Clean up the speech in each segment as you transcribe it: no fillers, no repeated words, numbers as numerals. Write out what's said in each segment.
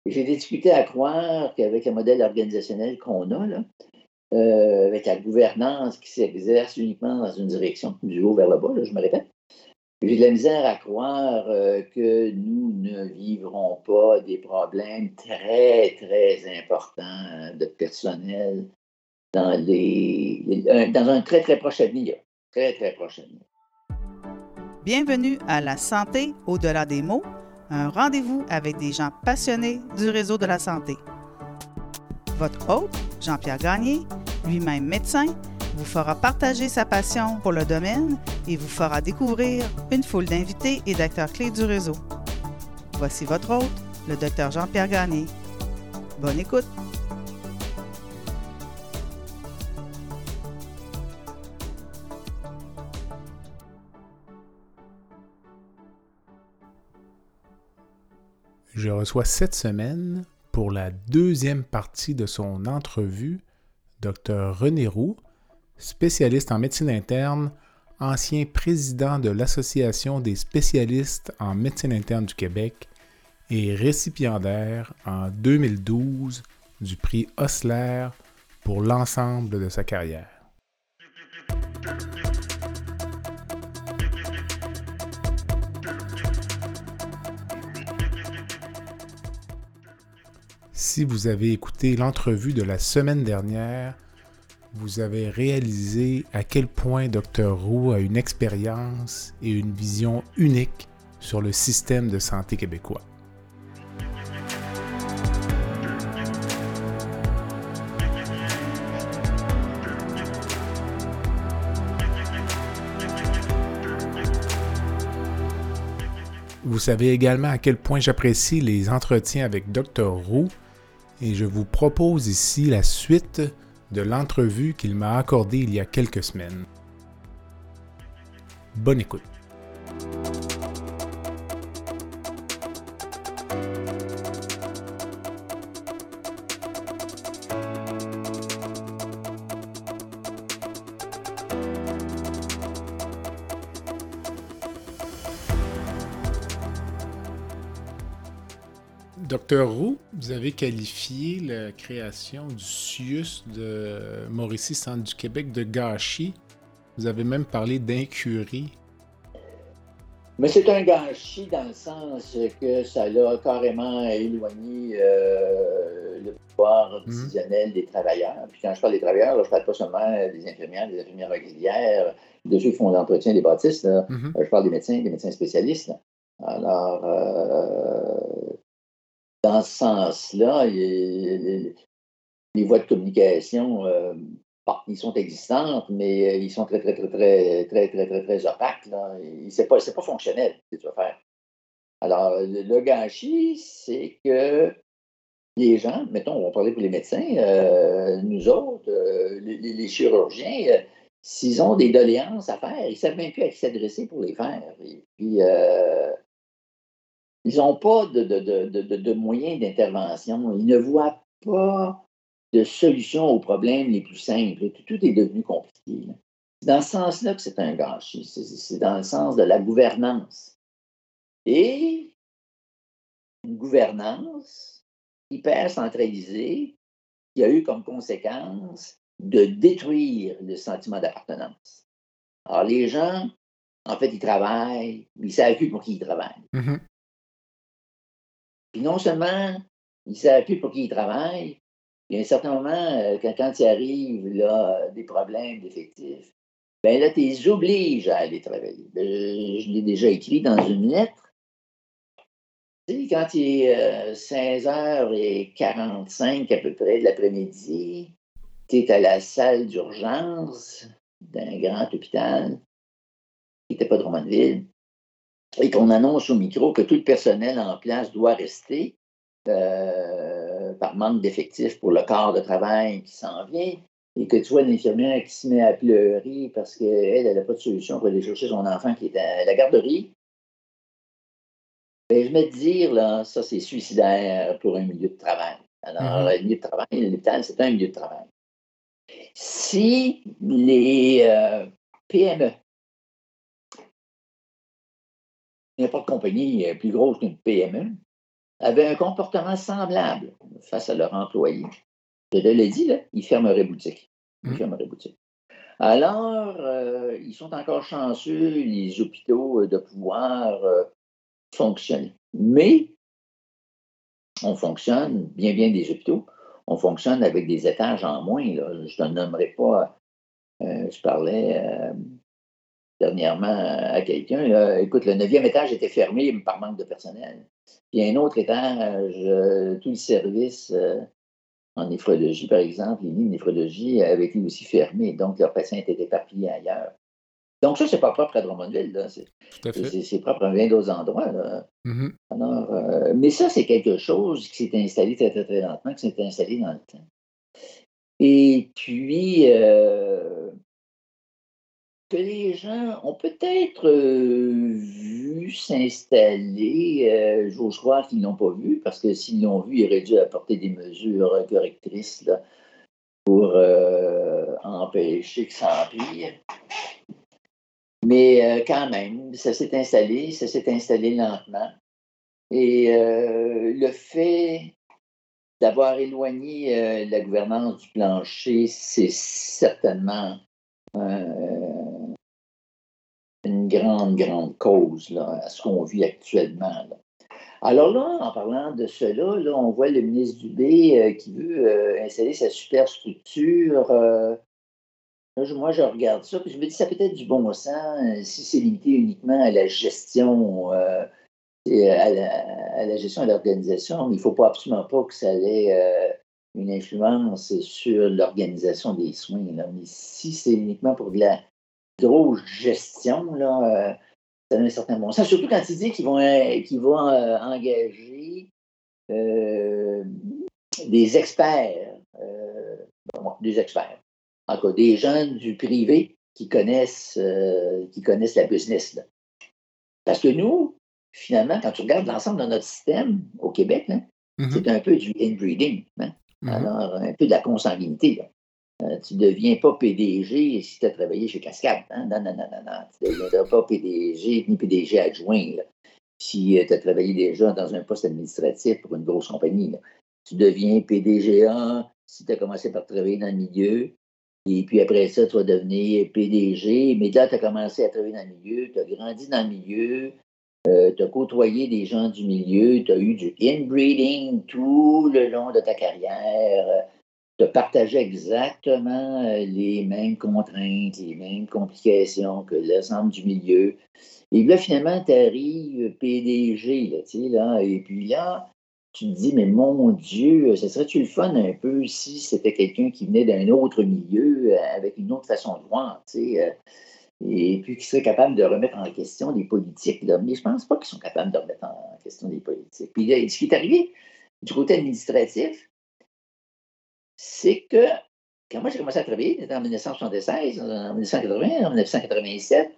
J'ai des difficultés à croire qu'avec le modèle organisationnel qu'on a, là, avec la gouvernance qui s'exerce uniquement dans une direction, du haut vers le bas, là, je me répète, j'ai de la misère à croire que nous ne vivrons pas des problèmes très, très importants de personnel dans un très, très proche avenir. Très, très proche avenir. Bienvenue à La santé au-delà des mots, un rendez-vous avec des gens passionnés du réseau de la santé. Votre hôte, Jean-Pierre Gagné, lui-même médecin, vous fera partager sa passion pour le domaine et vous fera découvrir une foule d'invités et d'acteurs clés du réseau. Voici votre hôte, le Dr Jean-Pierre Gagné. Bonne écoute! Je reçois cette semaine, pour la deuxième partie de son entrevue, Dr René Roux, spécialiste en médecine interne, ancien président de l'Association des spécialistes en médecine interne du Québec et récipiendaire en 2012 du prix Osler pour l'ensemble de sa carrière. Si vous avez écouté l'entrevue de la semaine dernière, vous avez réalisé à quel point Dr Roux a une expérience et une vision unique sur le système de santé québécois. Vous savez également à quel point j'apprécie les entretiens avec Dr Roux et je vous propose ici la suite de l'entrevue qu'il m'a accordée il y a quelques semaines. Bonne écoute. Docteur Roux, vous avez qualifié la création du CIUS de Mauricie, Centre du Québec, de gâchis. Vous avez même parlé d'incurie. Mais c'est un gâchis dans le sens que ça l'a carrément éloigné le pouvoir décisionnel des travailleurs. Puis quand je parle des travailleurs, là, je ne parle pas seulement des infirmières auxiliaires, de ceux qui font l'entretien des bâtisses. Là. Je parle des médecins spécialistes. Là. Alors, dans ce sens-là, les voies de communication, ils sont existantes, mais ils sont très, très, très, très, très, très, très, très opaques. Là. C'est pas fonctionnel, ce que tu vas faire. Alors, le gâchis, c'est que les gens, mettons, on va parler pour les médecins, nous autres, les chirurgiens, s'ils ont des doléances à faire, ils ne savent même plus à qui s'adresser pour les faire. Et puis, ils n'ont pas de moyens d'intervention. Ils ne voient pas de solution aux problèmes les plus simples. Tout est devenu compliqué. Là. C'est dans ce sens-là que c'est un gâchis. C'est dans le sens de la gouvernance. Et une gouvernance hyper centralisée qui a eu comme conséquence de détruire le sentiment d'appartenance. Alors, les gens, en fait, ils travaillent, mais ils ne savent plus pour qui ils travaillent. Mm-hmm. Puis non seulement ils ne savent plus pour qui ils travaillent, il y a un certain moment, quand il arrive là, des problèmes d'effectifs, bien là, tu les obliges à aller travailler. Je l'ai déjà écrit dans une lettre. Tu sais, quand il est 16h45 à peu près de l'après-midi, tu es à la salle d'urgence d'un grand hôpital qui n'était pas Drummondville, et qu'on annonce au micro que tout le personnel en place doit rester par manque d'effectifs pour le quart de travail qui s'en vient, et que tu vois l'infirmière qui se met à pleurer parce qu'elle n'a pas de solution pour aller chercher son enfant qui est à la garderie, bien, je vais te dire, là, ça, c'est suicidaire pour un milieu de travail. Alors, le milieu de travail, l'hôpital, c'est un milieu de travail. Si les PME, n'importe compagnie plus grosse qu'une PME, avaient un comportement semblable face à leurs employés, je te l'ai dit, là, ils fermeraient boutique. Alors, ils sont encore chanceux, les hôpitaux, de pouvoir fonctionner. Mais on fonctionne, bien des hôpitaux, on fonctionne avec des étages en moins. Là. Je ne nommerai pas, je parlais dernièrement à quelqu'un, là, écoute, le 9e étage était fermé par manque de personnel. Puis un autre étage, tout le service en néphrologie, par exemple, les lits de néphrologie avaient été aussi fermés, donc leurs patients étaient éparpillés ailleurs. Donc ça, c'est pas propre à Drummondville, là. Tout à fait. C'est propre à bien d'autres endroits, là. Mhm. Alors, mais ça, c'est quelque chose qui s'est installé très, très, très lentement, qui s'est installé dans le temps. Et puis, que les gens ont peut-être vu s'installer, j'ose croire qu'ils ne l'ont pas vu, parce que s'ils l'ont vu, ils auraient dû apporter des mesures correctrices là, pour empêcher que ça empire. Mais quand même, ça s'est installé lentement. Et le fait d'avoir éloigné la gouvernance du plancher, c'est certainement une grande cause là, à ce qu'on vit actuellement. Là. Alors là, en parlant de cela, là, on voit le ministre Dubé qui veut installer sa superstructure. Moi, je regarde ça, puis je me dis, ça peut être du bon sens si c'est limité uniquement à la gestion, et à la gestion et à l'organisation, mais il ne faut absolument pas que ça ait une influence sur l'organisation des soins. Là. Mais si c'est uniquement pour de la grosse gestion, là, ça a un certain bon sens. Surtout quand il dit qu'ils vont engager des experts, des experts, en tout cas des gens du privé qui connaissent la business. Là. Parce que nous, finalement, quand tu regardes l'ensemble de notre système au Québec, là, c'est un peu du inbreeding. Hein? Alors, un peu de la consanguinité. Là. Tu ne deviens pas PDG si tu as travaillé chez Cascade. Hein? Non. Tu ne deviendras pas PDG ni PDG adjoint là, si tu as travaillé déjà dans un poste administratif pour une grosse compagnie. Là. Tu deviens PDGA si tu as commencé par travailler dans le milieu. Et puis après ça, tu vas devenir PDG. Mais là, tu as commencé à travailler dans le milieu, tu as grandi dans le milieu, tu as côtoyé des gens du milieu, tu as eu du inbreeding tout le long de ta carrière. Tu as partagé exactement les mêmes contraintes, les mêmes complications que l'ensemble du milieu. Et là, finalement, tu arrives PDG, là, tu sais, là, et puis là, tu te dis, mais mon Dieu, ce serait-tu le fun un peu si c'était quelqu'un qui venait d'un autre milieu, avec une autre façon de voir, tu sais, et puis qui serait capable de remettre en question des politiques, là. Mais je pense pas qu'ils sont capables de remettre en question des politiques. Puis là, ce qui est arrivé du côté administratif, c'est que quand moi j'ai commencé à travailler, en 1976, en 1980, en 1987,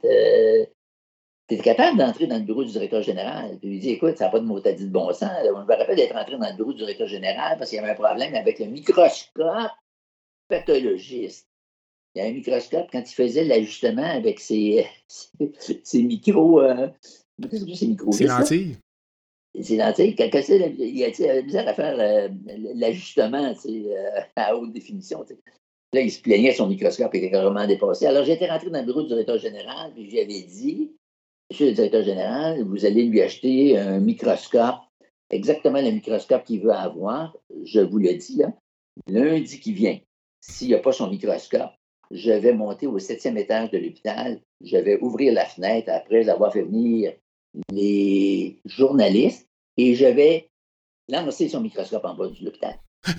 tu étais capable d'entrer dans le bureau du directeur général. Puis lui dit, écoute, ça n'a pas de mot à dire de bon sens. Je me rappelle d'être entré dans le bureau du directeur général parce qu'il y avait un problème avec le microscope pathologiste. Il y a un microscope, quand il faisait l'ajustement avec ses micros, qu'est-ce que c'est, ces micros? C'est lentilles. C'est lentilles. Quand il a misère à faire l'ajustement à haute définition. T'sais. Là, il se plaignait, son microscope était carrément dépassé. Alors, j'étais rentré dans le bureau du directeur général, puis j'avais dit, monsieur le directeur général, vous allez lui acheter un microscope, exactement le microscope qu'il veut avoir. Je vous le dis, là, lundi qui vient, s'il n'a pas son microscope, je vais monter au 7e étage de l'hôpital, je vais ouvrir la fenêtre après avoir fait venir les journalistes et je vais lancer son microscope en bas de l'hôpital.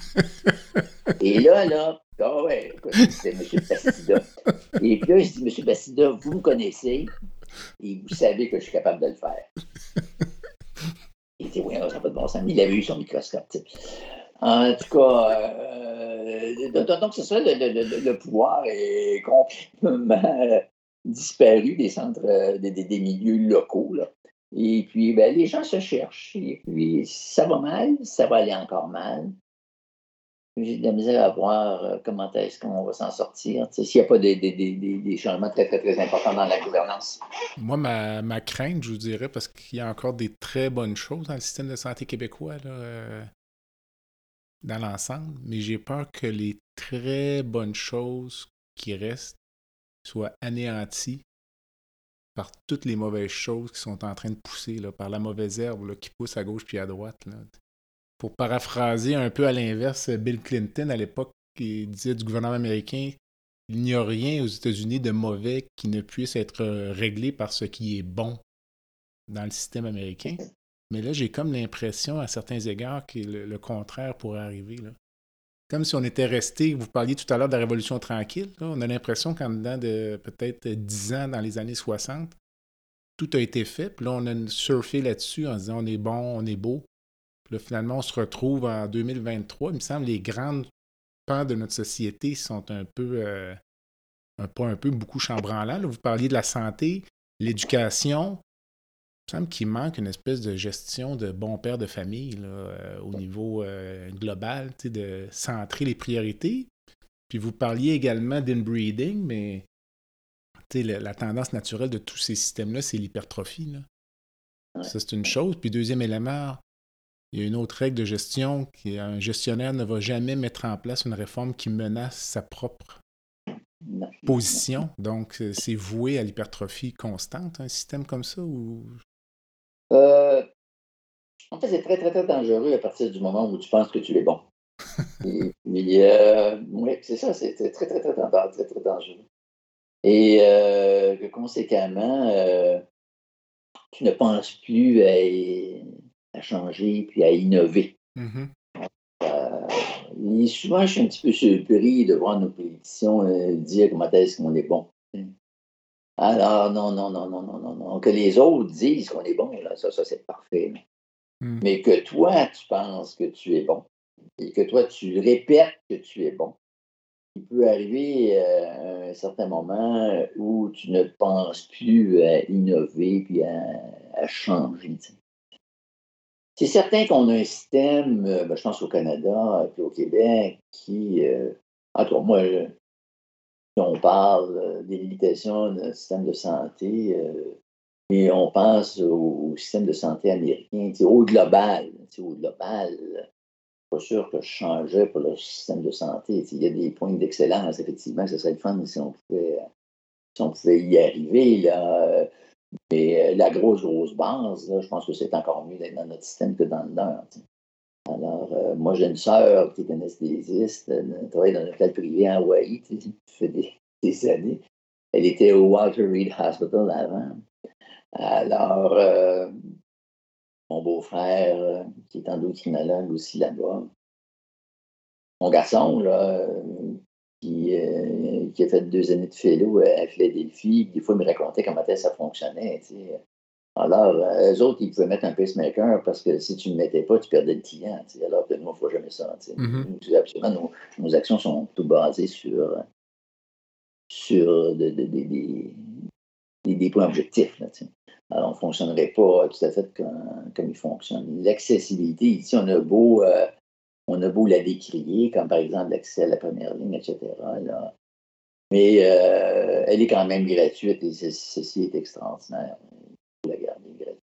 Et là, ah ouais, écoute, c'était M. Bastida. Et puis là, je dis, M. Bastida, vous me connaissez et vous savez que je suis capable de le faire. Il dit, oui, ça n'a pas de bon sens. Mais il avait eu son microscope. T'sais. En tout cas, donc c'est ça, le pouvoir est complètement disparu des centres, des milieux locaux. Là. Et puis, ben, les gens se cherchent. Et puis, si ça va mal, ça va aller encore mal. j'ai de la misère à voir comment est-ce qu'on va s'en sortir, s'il n'y a pas des changements très, très, très importants dans la gouvernance. Moi, ma crainte, je vous dirais, parce qu'il y a encore des très bonnes choses dans le système de santé québécois, là, dans l'ensemble, mais j'ai peur que les très bonnes choses qui restent soient anéanties par toutes les mauvaises choses qui sont en train de pousser, là, par la mauvaise herbe là, qui pousse à gauche puis à droite. Là. Pour paraphraser un peu à l'inverse, Bill Clinton, à l'époque, qui disait du gouvernement américain, il n'y a rien aux États-Unis de mauvais qui ne puisse être réglé par ce qui est bon dans le système américain. Mais là, j'ai comme l'impression, à certains égards, que le contraire pourrait arriver. Là. Comme si on était resté, vous parliez tout à l'heure de la Révolution tranquille, là, on a l'impression qu'en dedans de peut-être 10 ans, dans les années 60, tout a été fait. Puis là, on a surfé là-dessus en se disant on est bon, on est beau. Puis là, finalement, on se retrouve en 2023. Il me semble que les grandes pans de notre société sont un peu, pas un peu, beaucoup chambranlants. Là, vous parliez de la santé, l'éducation. Il me semble qu'il manque une espèce de gestion de bon père de famille là, au niveau global, de centrer les priorités. Puis vous parliez également d'inbreeding, mais la tendance naturelle de tous ces systèmes-là, c'est l'hypertrophie. Là. Ouais. Ça, c'est une chose. Puis deuxième élément, il y a une autre règle de gestion qui est un gestionnaire ne va jamais mettre en place une réforme qui menace sa propre position. Donc, c'est voué à l'hypertrophie constante, un système comme ça? Ou... En fait, c'est très, très, très dangereux à partir du moment où tu penses que tu es bon. Et puis, oui, c'est ça, c'est très, très, très, très, très, très dangereux. Et que conséquemment, tu ne penses plus à changer puis à innover. Mm-hmm. Et souvent, je suis un petit peu surpris de voir nos politiciens dire comment est-ce qu'on est bon. Alors, non, non, non, non, non, non, non. Que les autres disent qu'on est bon, là, ça c'est parfait. Mm. Mais que toi, tu penses que tu es bon et que toi, tu répètes que tu es bon, il peut arriver à un certain moment où tu ne penses plus à innover puis à changer. T'sais. C'est certain qu'on a un système, je pense au Canada et au Québec, qui, en tout cas, moi, si on parle des limitations de notre système de santé, et on pense au système de santé américain, au global. Au global, pas sûr que je changeais pour le système de santé. Il y a des points d'excellence, effectivement, ce serait le fun si on pouvait y arriver. Là. Mais la grosse base, là, je pense que c'est encore mieux d'être dans notre système que dans le leur. T'sais. Alors, moi, j'ai une sœur qui est anesthésiste, elle travaille dans un hôpital privé en Hawaï, ça fait des années. Elle était au Walter Reed Hospital avant. Alors, mon beau-frère, qui est endocrinologue aussi là-bas, mon garçon, là, qui a fait 2 années de fellow à Philadelphie, des fois, il me racontait comment ça fonctionnait. T'sais. Alors, eux autres, ils pouvaient mettre un pacemaker parce que si tu ne le mettais pas, tu perdais le client. T'sais. Alors que nous, on ne fera jamais ça. Mm-hmm. Nous, absolument, nos actions sont tout basées sur des points objectifs. Là, alors, on ne fonctionnerait pas tout à fait comme ils fonctionnent. L'accessibilité, ici, on a beau la décrier, comme par exemple l'accès à la première ligne, etc. Là. Mais elle est quand même gratuite et ceci est extraordinaire. Il faut la garder gratuite.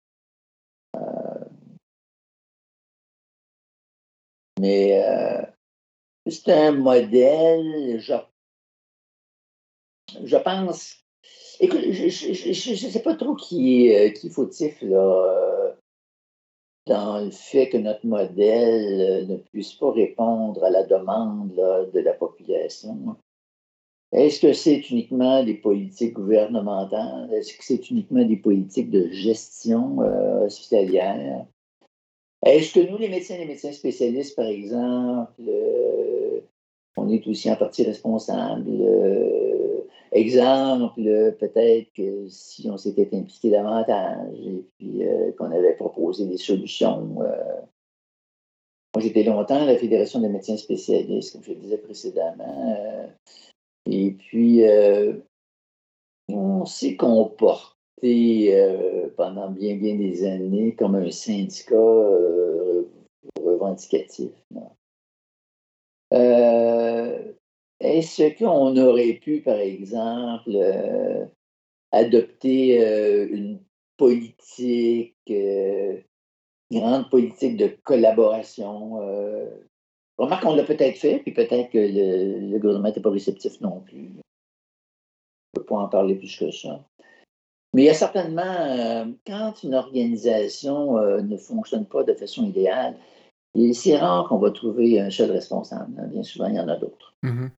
Mais c'est un modèle, je pense. Écoute, je ne sais pas trop qui est fautif là, dans le fait que notre modèle ne puisse pas répondre à la demande là, de la population. Est-ce que c'est uniquement des politiques gouvernementales? Est-ce que c'est uniquement des politiques de gestion hospitalière? Est-ce que nous, les médecins spécialistes, par exemple, on est aussi en partie responsables? Exemple, peut-être que si on s'était impliqué davantage et puis qu'on avait proposé des solutions. Moi, j'étais longtemps à la Fédération des médecins spécialistes, comme je le disais précédemment. Et puis, on s'est comporté pendant bien des années comme un syndicat revendicatif. Là. Est-ce qu'on aurait pu, par exemple, adopter une politique, grande politique de collaboration? Remarque qu'on l'a peut-être fait, puis peut-être que le gouvernement n'était pas réceptif non plus. Je ne peux pas en parler plus que ça. Mais il y a certainement, quand une organisation ne fonctionne pas de façon idéale, et c'est rare qu'on va trouver un seul responsable, hein. Bien souvent, il y en a d'autres. Mhm.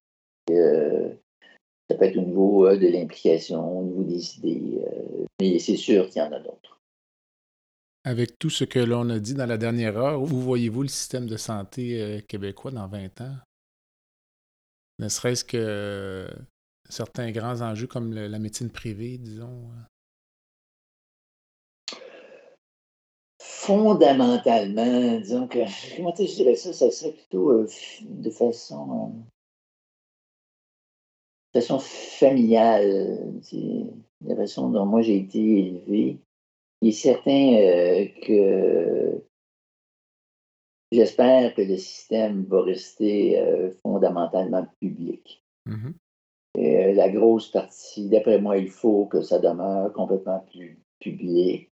Ça peut être au niveau de l'implication, au niveau des idées, mais c'est sûr qu'il y en a d'autres. Avec tout ce que l'on a dit dans la dernière heure, où voyez-vous le système de santé québécois dans 20 ans? Ne serait-ce que certains grands enjeux comme la médecine privée, disons. Fondamentalement, disons que, comment je dirais ça, ça serait plutôt de façon familiale, la façon dont moi j'ai été élevé. Il est certain que j'espère que le système va rester fondamentalement public. Mhm. La grosse partie, d'après moi, il faut que ça demeure complètement public.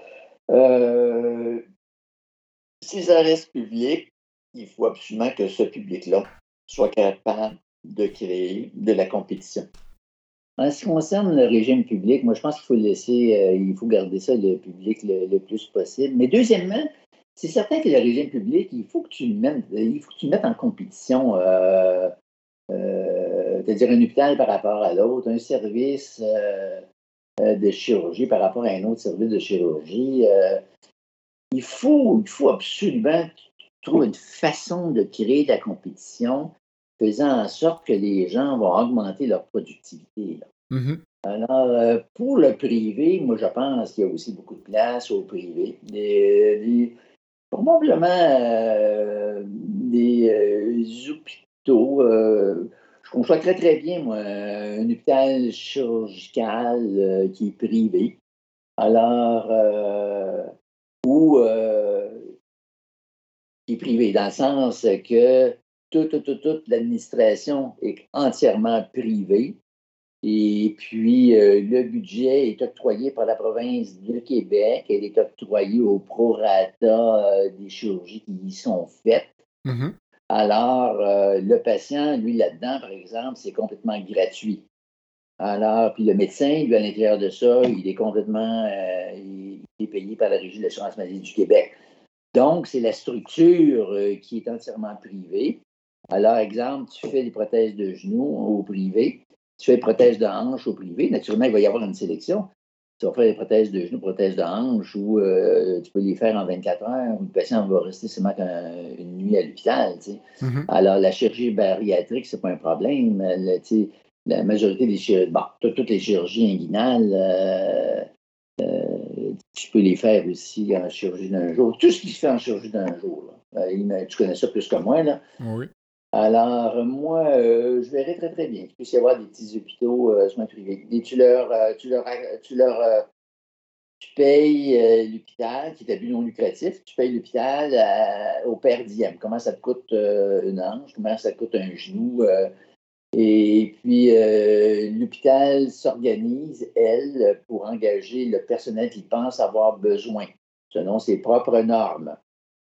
Si ça reste public, il faut absolument que ce public-là soit capable de créer de la compétition. En ce qui concerne le régime public, moi, je pense qu'il faut le laisser, il faut garder ça le public le plus possible. Mais deuxièmement, c'est certain que le régime public, il faut que tu le mettes en compétition, c'est-à-dire un hôpital par rapport à l'autre, un service de chirurgie par rapport à un autre service de chirurgie. Il faut absolument trouver une façon de créer de la compétition faisant en sorte que les gens vont augmenter leur productivité, là. Mhm. Alors, pour le privé, moi, je pense qu'il y a aussi beaucoup de place au privé. Probablement des hôpitaux. Je conçois très, très bien, moi, un hôpital chirurgical qui est privé. Alors, ou qui est privé, dans le sens que toute l'administration est entièrement privée. Et puis, le budget est octroyé par la province de Québec. Elle est octroyée au prorata des chirurgies qui y sont faites. Mhm. Alors, le patient, lui, là-dedans, par exemple, c'est complètement gratuit. Alors, puis le médecin, lui, à l'intérieur de ça, il est complètement il est payé par la Régie de l'assurance maladie du Québec. Donc, c'est la structure qui est entièrement privée. Alors, exemple, tu fais des prothèses de genoux au privé, tu fais des prothèses de hanche au privé. Naturellement, il va y avoir une sélection. Tu vas faire des prothèses de genoux, prothèses de hanche, ou tu peux les faire en 24 heures, où le patient va rester seulement une nuit à l'hôpital. Tu sais. Mhm. Alors, la chirurgie bariatrique, c'est pas un problème. La majorité des chirurgies, bon, toutes les chirurgies inguinales, tu peux les faire aussi en chirurgie d'un jour. Tout ce qui se fait en chirurgie d'un jour. Là. Tu connais ça plus que moi, là. Oui. Alors, moi, je verrais très, très bien qu'il puisse y avoir des petits hôpitaux soins privés. Et tu payes l'hôpital, qui est à but non lucratif, tu payes l'hôpital au per diem. Comment ça te coûte une hanche, comment ça te coûte un genou. Et puis, l'hôpital s'organise, elle, pour engager le personnel qu'il pense avoir besoin, selon ses propres normes.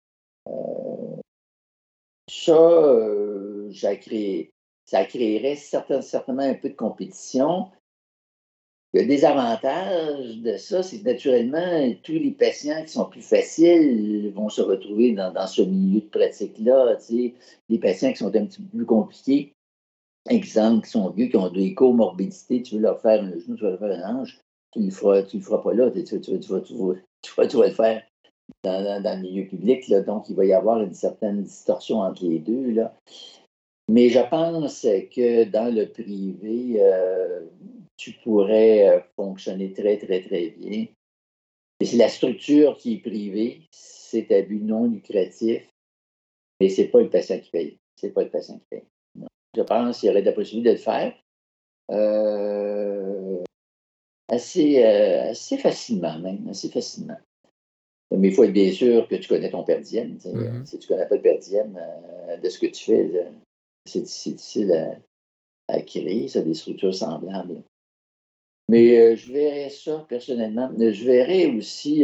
Ça créerait certainement un peu de compétition. Le désavantage de ça, c'est que naturellement, tous les patients qui sont plus faciles vont se retrouver dans ce milieu de pratique-là. Tu sais, les patients qui sont un petit peu plus compliqués, exemple, qui sont vieux, qui ont des comorbidités, tu veux leur faire un genou, tu vas leur faire une hanche, tu ne le feras pas là, tu vas le faire dans le milieu public, là, donc il va y avoir une certaine distorsion entre les deux, là. Mais je pense que dans le privé, tu pourrais fonctionner très, très, très bien. Et c'est la structure qui est privée, c'est à but non lucratif, mais c'est pas le patient qui paye. C'est pas le patient qui paye. Non. Je pense qu'il y aurait de la possibilité de le faire assez facilement, même, assez facilement. Mais il faut être bien sûr que tu connais ton per diem. Mhm. Si tu ne connais pas le per diem de ce que tu fais, c'est difficile à créer, ça, des structures semblables. Mais je verrais ça, personnellement. Je verrais aussi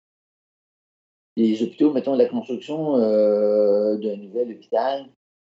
les hôpitaux, mettons, la construction d'un nouvel hôpital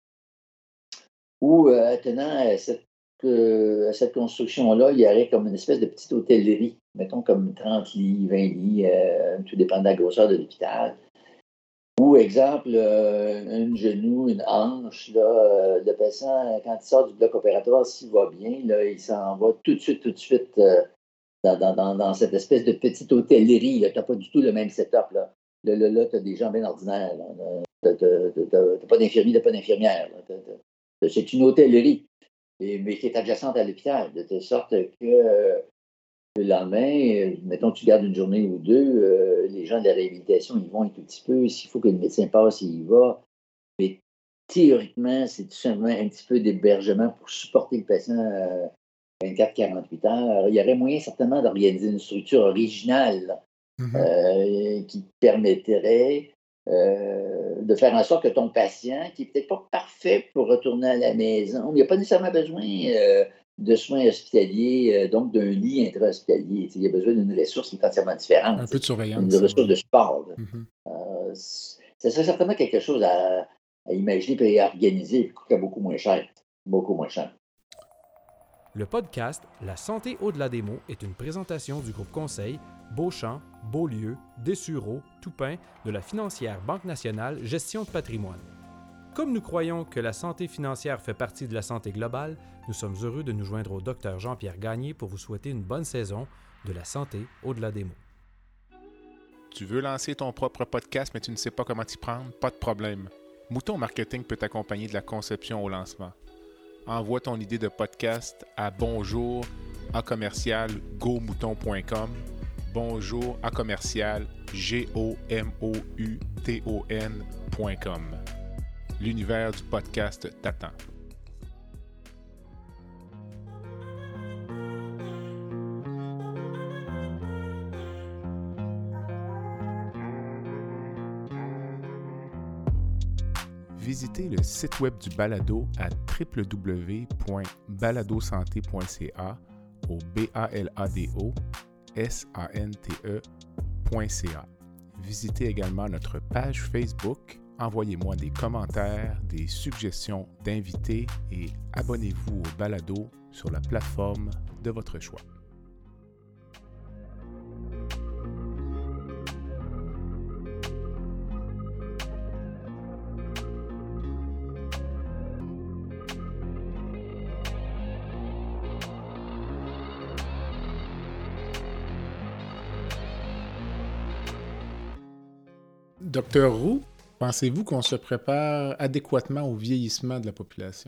où, attenant à cette construction-là, il y aurait comme une espèce de petite hôtellerie, mettons comme 30 lits, 20 lits, tout dépend de la grosseur de l'hôpital. Ou, exemple, une genou, une hanche, là, le patient, quand il sort du bloc opératoire, s'il va bien, là, il s'en va tout de suite dans cette espèce de petite hôtellerie. Tu n'as pas du tout le même setup. Là, là tu as des gens bien ordinaires. Tu n'as pas d'infirmier, tu n'as pas d'infirmière. C'est une hôtellerie, mais qui est adjacente à l'hôpital, de telle sorte que le lendemain, mettons que tu gardes une journée ou deux, les gens de la réhabilitation, ils vont un tout petit peu. S'il faut que le médecin passe, il y va. Mais théoriquement, c'est tout simplement un petit peu d'hébergement pour supporter le patient 24-48 heures. Il y aurait moyen certainement d'organiser une structure originale qui te permettrait de faire en sorte que ton patient, qui n'est peut-être pas parfait pour retourner à la maison, il n'a pas nécessairement besoin de soins hospitaliers, donc d'un lit intra-hospitalier. Il a besoin d'une ressource qui est entièrement différente. Un peu de surveillance. Une ressource de support. Ce serait certainement quelque chose à imaginer et à organiser et qui coûterait beaucoup moins cher. Beaucoup moins cher. Le podcast La santé au-delà des mots est une présentation du groupe conseil Beauchamp, Beaulieu, Dessureau, Toupin de la financière Banque nationale Gestion de patrimoine. Comme nous croyons que la santé financière fait partie de la santé globale, nous sommes heureux de nous joindre au Dr Jean-Pierre Gagné pour vous souhaiter une bonne saison de la santé au-delà des mots. Tu veux lancer ton propre podcast, mais tu ne sais pas comment t'y prendre? Pas de problème. Mouton Marketing peut t'accompagner de la conception au lancement. Envoie ton idée de podcast à bonjour@gomouton.com. bonjour@gomouton.com. L'univers du podcast t'attend. Visitez le site web du balado à www.baladosanté.ca au BALADO-SANTE.ca. Visitez également notre page Facebook, envoyez-moi des commentaires, des suggestions d'invités et abonnez-vous au balado sur la plateforme de votre choix. Docteur Roux, pensez-vous qu'on se prépare adéquatement au vieillissement de la population?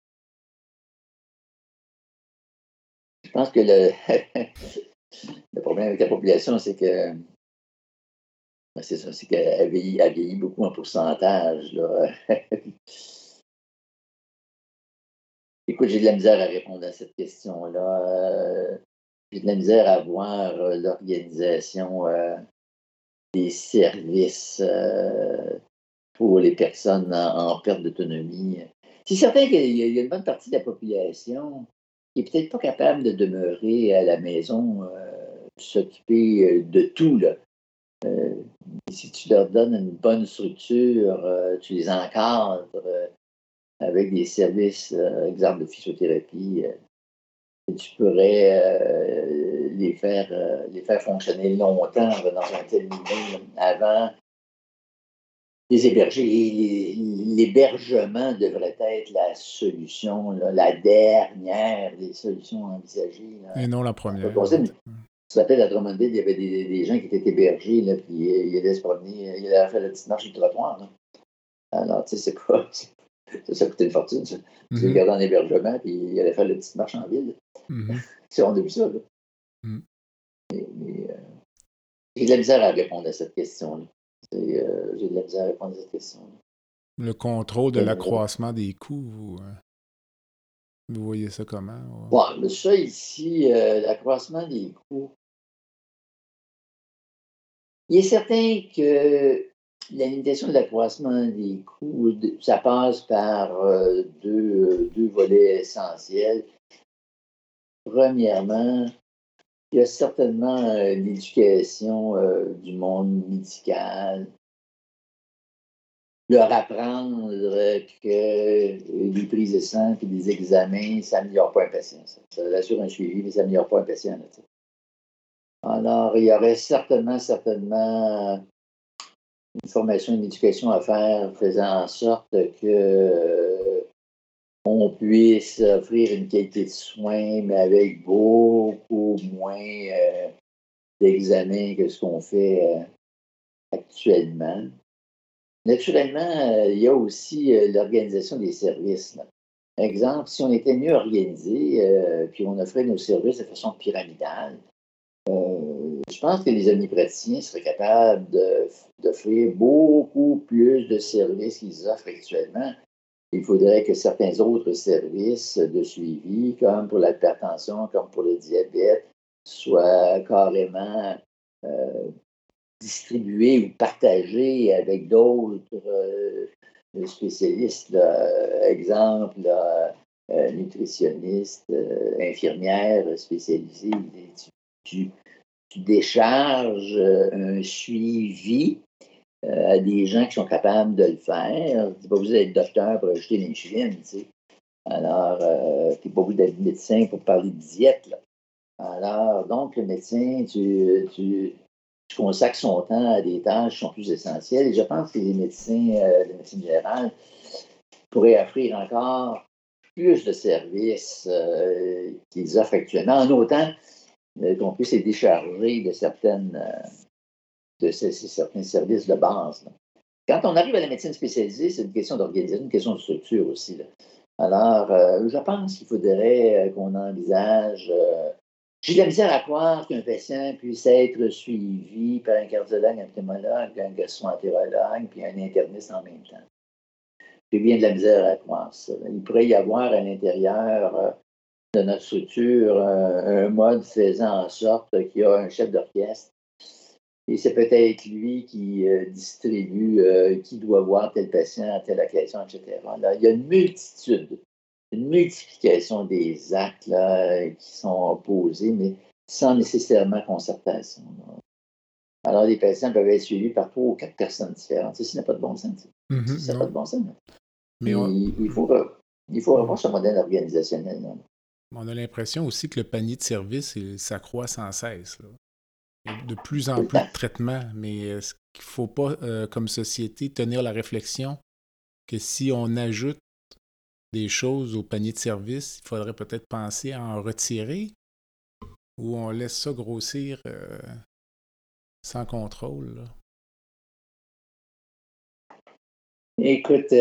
Je pense que le problème avec la population, c'est que c'est ça, c'est qu'elle vieillit beaucoup en pourcentage. Là. Écoute, j'ai de la misère à répondre à cette question-là. J'ai de la misère à voir l'organisation des services pour les personnes en perte d'autonomie. C'est certain qu'il y a une bonne partie de la population qui n'est peut-être pas capable de demeurer à la maison, s'occuper de tout. Là. Si tu leur donnes une bonne structure, tu les encadres avec des services, exemple de physiothérapie, tu pourrais les faire fonctionner longtemps dans un tel milieu avant les héberger. L'hébergement devrait être la solution, là, la dernière des solutions envisagées. Là. Et non la première. Tu te rappelles, à Drummondville, il y avait des gens qui étaient hébergés, là, puis ils allaient se promener, ils allaient faire la petite marche sur le trottoir. Là. Alors, tu sais, c'est pas... Ça coûtait une fortune, ça. Tu les gardais en hébergement, puis ils allaient faire la petite marche en ville. Si on a vu ça, là. Mais j'ai de la misère à répondre à cette question-là. J'ai de la misère à répondre à cette question-là. Le contrôle de l'accroissement des coûts, vous voyez ça comment? Ouais, mais ça ici, l'accroissement des coûts, il est certain que la limitation de l'accroissement des coûts, ça passe par deux volets essentiels. Premièrement, il y a certainement l'éducation du monde médical, leur apprendre que les prises de sang et les examens, ça n'améliore pas un patient. Ça assure un suivi, mais ça n'améliore pas un patient. Là, alors, il y aurait certainement une formation, une éducation à faire faisant en sorte que on puisse offrir une qualité de soins, mais avec beaucoup moins d'examens que ce qu'on fait actuellement. Naturellement, il y a aussi l'organisation des services. Là. Exemple, si on était mieux organisé, puis on offrait nos services de façon pyramidale, je pense que les omnipraticiens seraient capables d'offrir beaucoup plus de services qu'ils offrent actuellement. Il faudrait que certains autres services de suivi, comme pour l'hypertension, comme pour le diabète, soient carrément distribués ou partagés avec d'autres spécialistes. Là. Exemple, nutritionnistes, infirmières spécialisées. Tu décharges un suivi à des gens qui sont capables de le faire. Tu n'es pas obligé d'être docteur pour ajouter l'insuline, tu sais. Alors, tu n'es pas obligé d'être médecin pour parler de diète, là. Alors, donc, le médecin, tu consacres son temps à des tâches qui sont plus essentielles. Et je pense que les médecins de médecine générale pourraient offrir encore plus de services qu'ils offrent actuellement, en autant qu'on puisse les décharger de certains services de base. Là. Quand on arrive à la médecine spécialisée, c'est une question d'organisation, une question de structure aussi. Là. Alors, je pense qu'il faudrait qu'on envisage. J'ai de la misère à croire qu'un patient puisse être suivi par un cardiologue, un pneumologue, un gastro-entérologue, puis un interniste en même temps. J'ai bien de la misère à croire ça. Il pourrait y avoir à l'intérieur de notre structure un mode faisant en sorte qu'il y a un chef d'orchestre et c'est peut-être lui qui distribue qui doit voir tel patient à telle occasion, etc. Là, il y a une multiplication des actes là, qui sont posés, mais sans nécessairement concertation. Là. Alors, les patients peuvent être suivis par 3 ou 4 personnes différentes. Ça n'a pas de bon sens. Ça n'a pas de bon sens. Mais il faut revoir ce modèle organisationnel. Là. On a l'impression aussi que le panier de services s'accroît sans cesse. Là. Il y a de plus en plus de traitements, mais est-ce qu'il ne faut pas, comme société, tenir la réflexion que si on ajoute des choses au panier de services, il faudrait peut-être penser à en retirer ou on laisse ça grossir sans contrôle? Là? Écoute,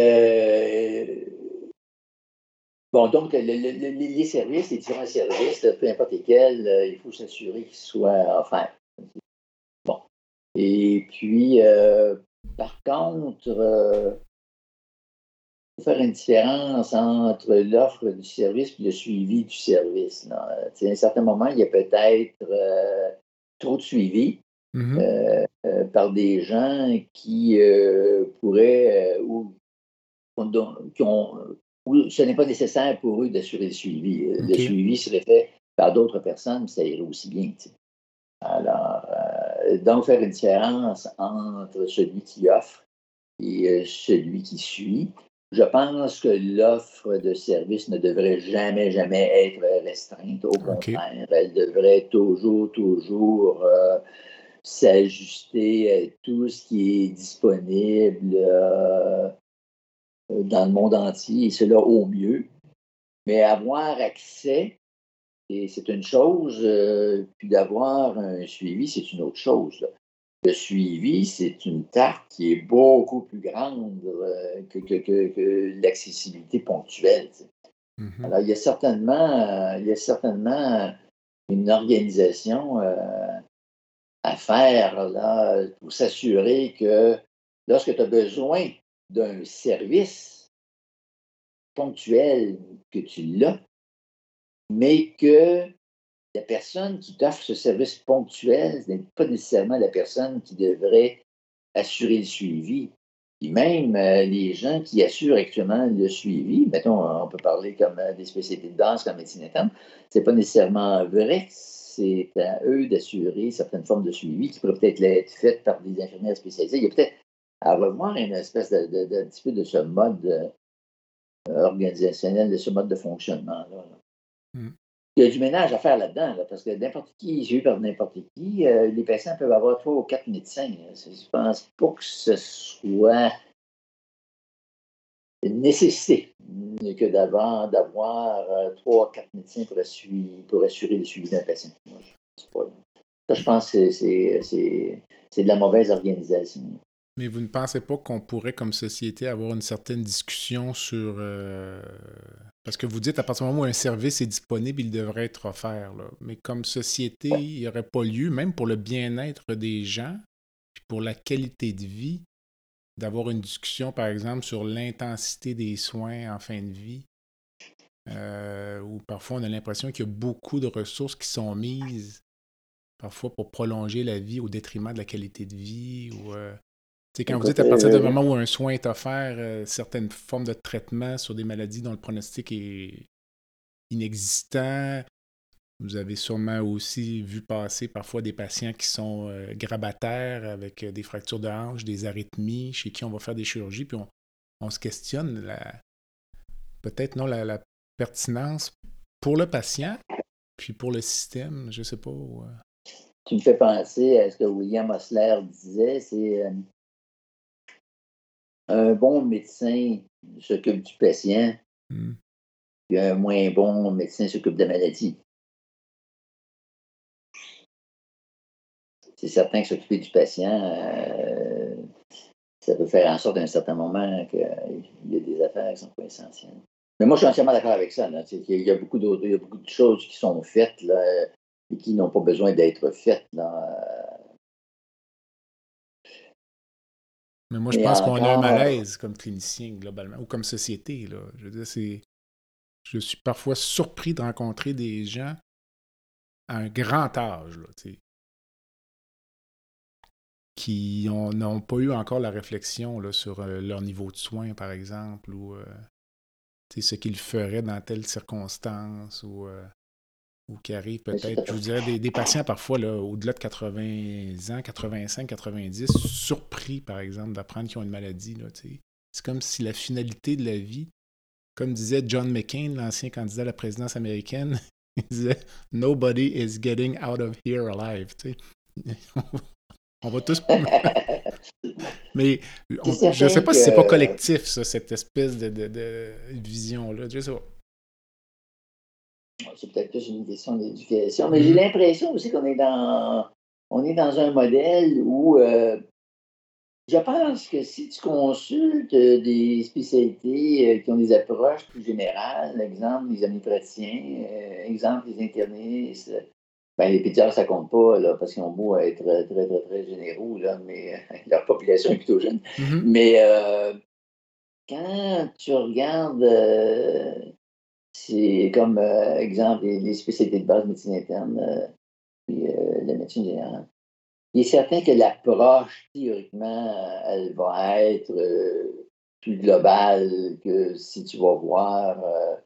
bon, donc, les services, les différents services, peu importe lesquels, il faut s'assurer qu'ils soient offerts. Bon. Et puis, par contre, il faut faire une différence entre l'offre du service et le suivi du service. Là. À un certain moment, il y a peut-être trop de suivi par des gens qui pourraient ou qui ont où ce n'est pas nécessaire pour eux d'assurer le suivi. Okay. Le suivi serait fait par d'autres personnes, ça irait aussi bien. T'sais. Alors, donc, faire une différence entre celui qui offre et celui qui suit. Je pense que l'offre de service ne devrait jamais être restreinte. Au contraire, elle devrait toujours s'ajuster à tout ce qui est disponible dans le monde entier, et cela au mieux. Mais avoir accès, et c'est une chose, puis d'avoir un suivi, c'est une autre chose. Là. Le suivi, c'est une tarte qui est beaucoup plus grande que l'accessibilité ponctuelle. Mm-hmm. Alors, il y a certainement une organisation à faire là, pour s'assurer que lorsque tu as besoin d'un service ponctuel, que tu l'as, mais que la personne qui t'offre ce service ponctuel n'est pas nécessairement la personne qui devrait assurer le suivi. Puis même les gens qui assurent actuellement le suivi, mettons, on peut parler comme des spécialités de base comme médecine interne, c'est pas nécessairement vrai que c'est à eux d'assurer certaines formes de suivi qui pourraient peut-être être faites par des infirmières spécialisées. Il y a peut-être à revoir une espèce un petit peu de ce mode organisationnel, de ce mode de fonctionnement-là. Mm. Il y a du ménage à faire là-dedans, parce que n'importe qui, suivi par n'importe qui, les patients peuvent avoir 3 ou 4 médecins. Je ne pense pas que ce soit une nécessité que d'avoir 3 ou 4 médecins pour assurer le suivi d'un patient. Moi, je pense que c'est de la mauvaise organisation. Mais vous ne pensez pas qu'on pourrait, comme société, avoir une certaine discussion sur... Parce que vous dites, à partir du moment où un service est disponible, il devrait être offert. Là. Mais comme société, il n'y aurait pas lieu, même pour le bien-être des gens, puis pour la qualité de vie, d'avoir une discussion, par exemple, sur l'intensité des soins en fin de vie, où parfois on a l'impression qu'il y a beaucoup de ressources qui sont mises, parfois pour prolonger la vie au détriment de la qualité de vie, ou... Quand vous dites à partir du moment où un soin est offert, certaines formes de traitement sur des maladies dont le pronostic est inexistant, vous avez sûrement aussi vu passer parfois des patients qui sont grabataires avec des fractures de hanche, des arythmies, chez qui on va faire des chirurgies, puis on se questionne peut-être la pertinence pour le patient, puis pour le système, je ne sais pas. Tu me fais penser à ce que William Osler disait, c'est... un bon médecin s'occupe du patient, puis un moins bon médecin s'occupe de la maladie. C'est certain que s'occuper du patient, ça peut faire en sorte à un certain moment qu'il y a des affaires qui ne sont pas essentielles. Mais moi, je suis entièrement d'accord avec ça. Là. Il y a beaucoup de choses qui sont faites là, et qui n'ont pas besoin d'être faites. Là. Mais moi, je pense qu'on a un malaise comme clinicien, globalement, ou comme société. Là. Je veux dire, je suis parfois surpris de rencontrer des gens à un grand âge, là, qui n'ont pas eu encore la réflexion là, sur leur niveau de soins, par exemple, ou ce qu'ils feraient dans telle circonstance, ou qui arrivent peut-être, je vous dirais, des patients parfois là, au-delà de 80 ans, 85, 90, surpris, par exemple, d'apprendre qu'ils ont une maladie. Là, c'est comme si la finalité de la vie, comme disait John McCain, l'ancien candidat à la présidence américaine, il disait « Nobody is getting out of here alive ». On va tous... Mais je ne sais pas si c'est pas collectif, ça, cette espèce de vision-là. Je sais pas. C'est peut-être plus une question d'éducation, mais j'ai l'impression aussi qu'on est dans un modèle où je pense que si tu consultes des spécialités qui ont des approches plus générales, exemple les omnipraticiens, exemple les internistes, les pédiatres, ça compte pas, là, parce qu'ils ont beau être très, très, très, très généraux, là, mais leur population est plutôt jeune. Mm-hmm. Mais quand tu regardes, c'est comme, exemple, les spécialités de base, médecine interne, puis la médecine générale. Il est certain que l'approche, théoriquement, elle va être plus globale que si tu vas voir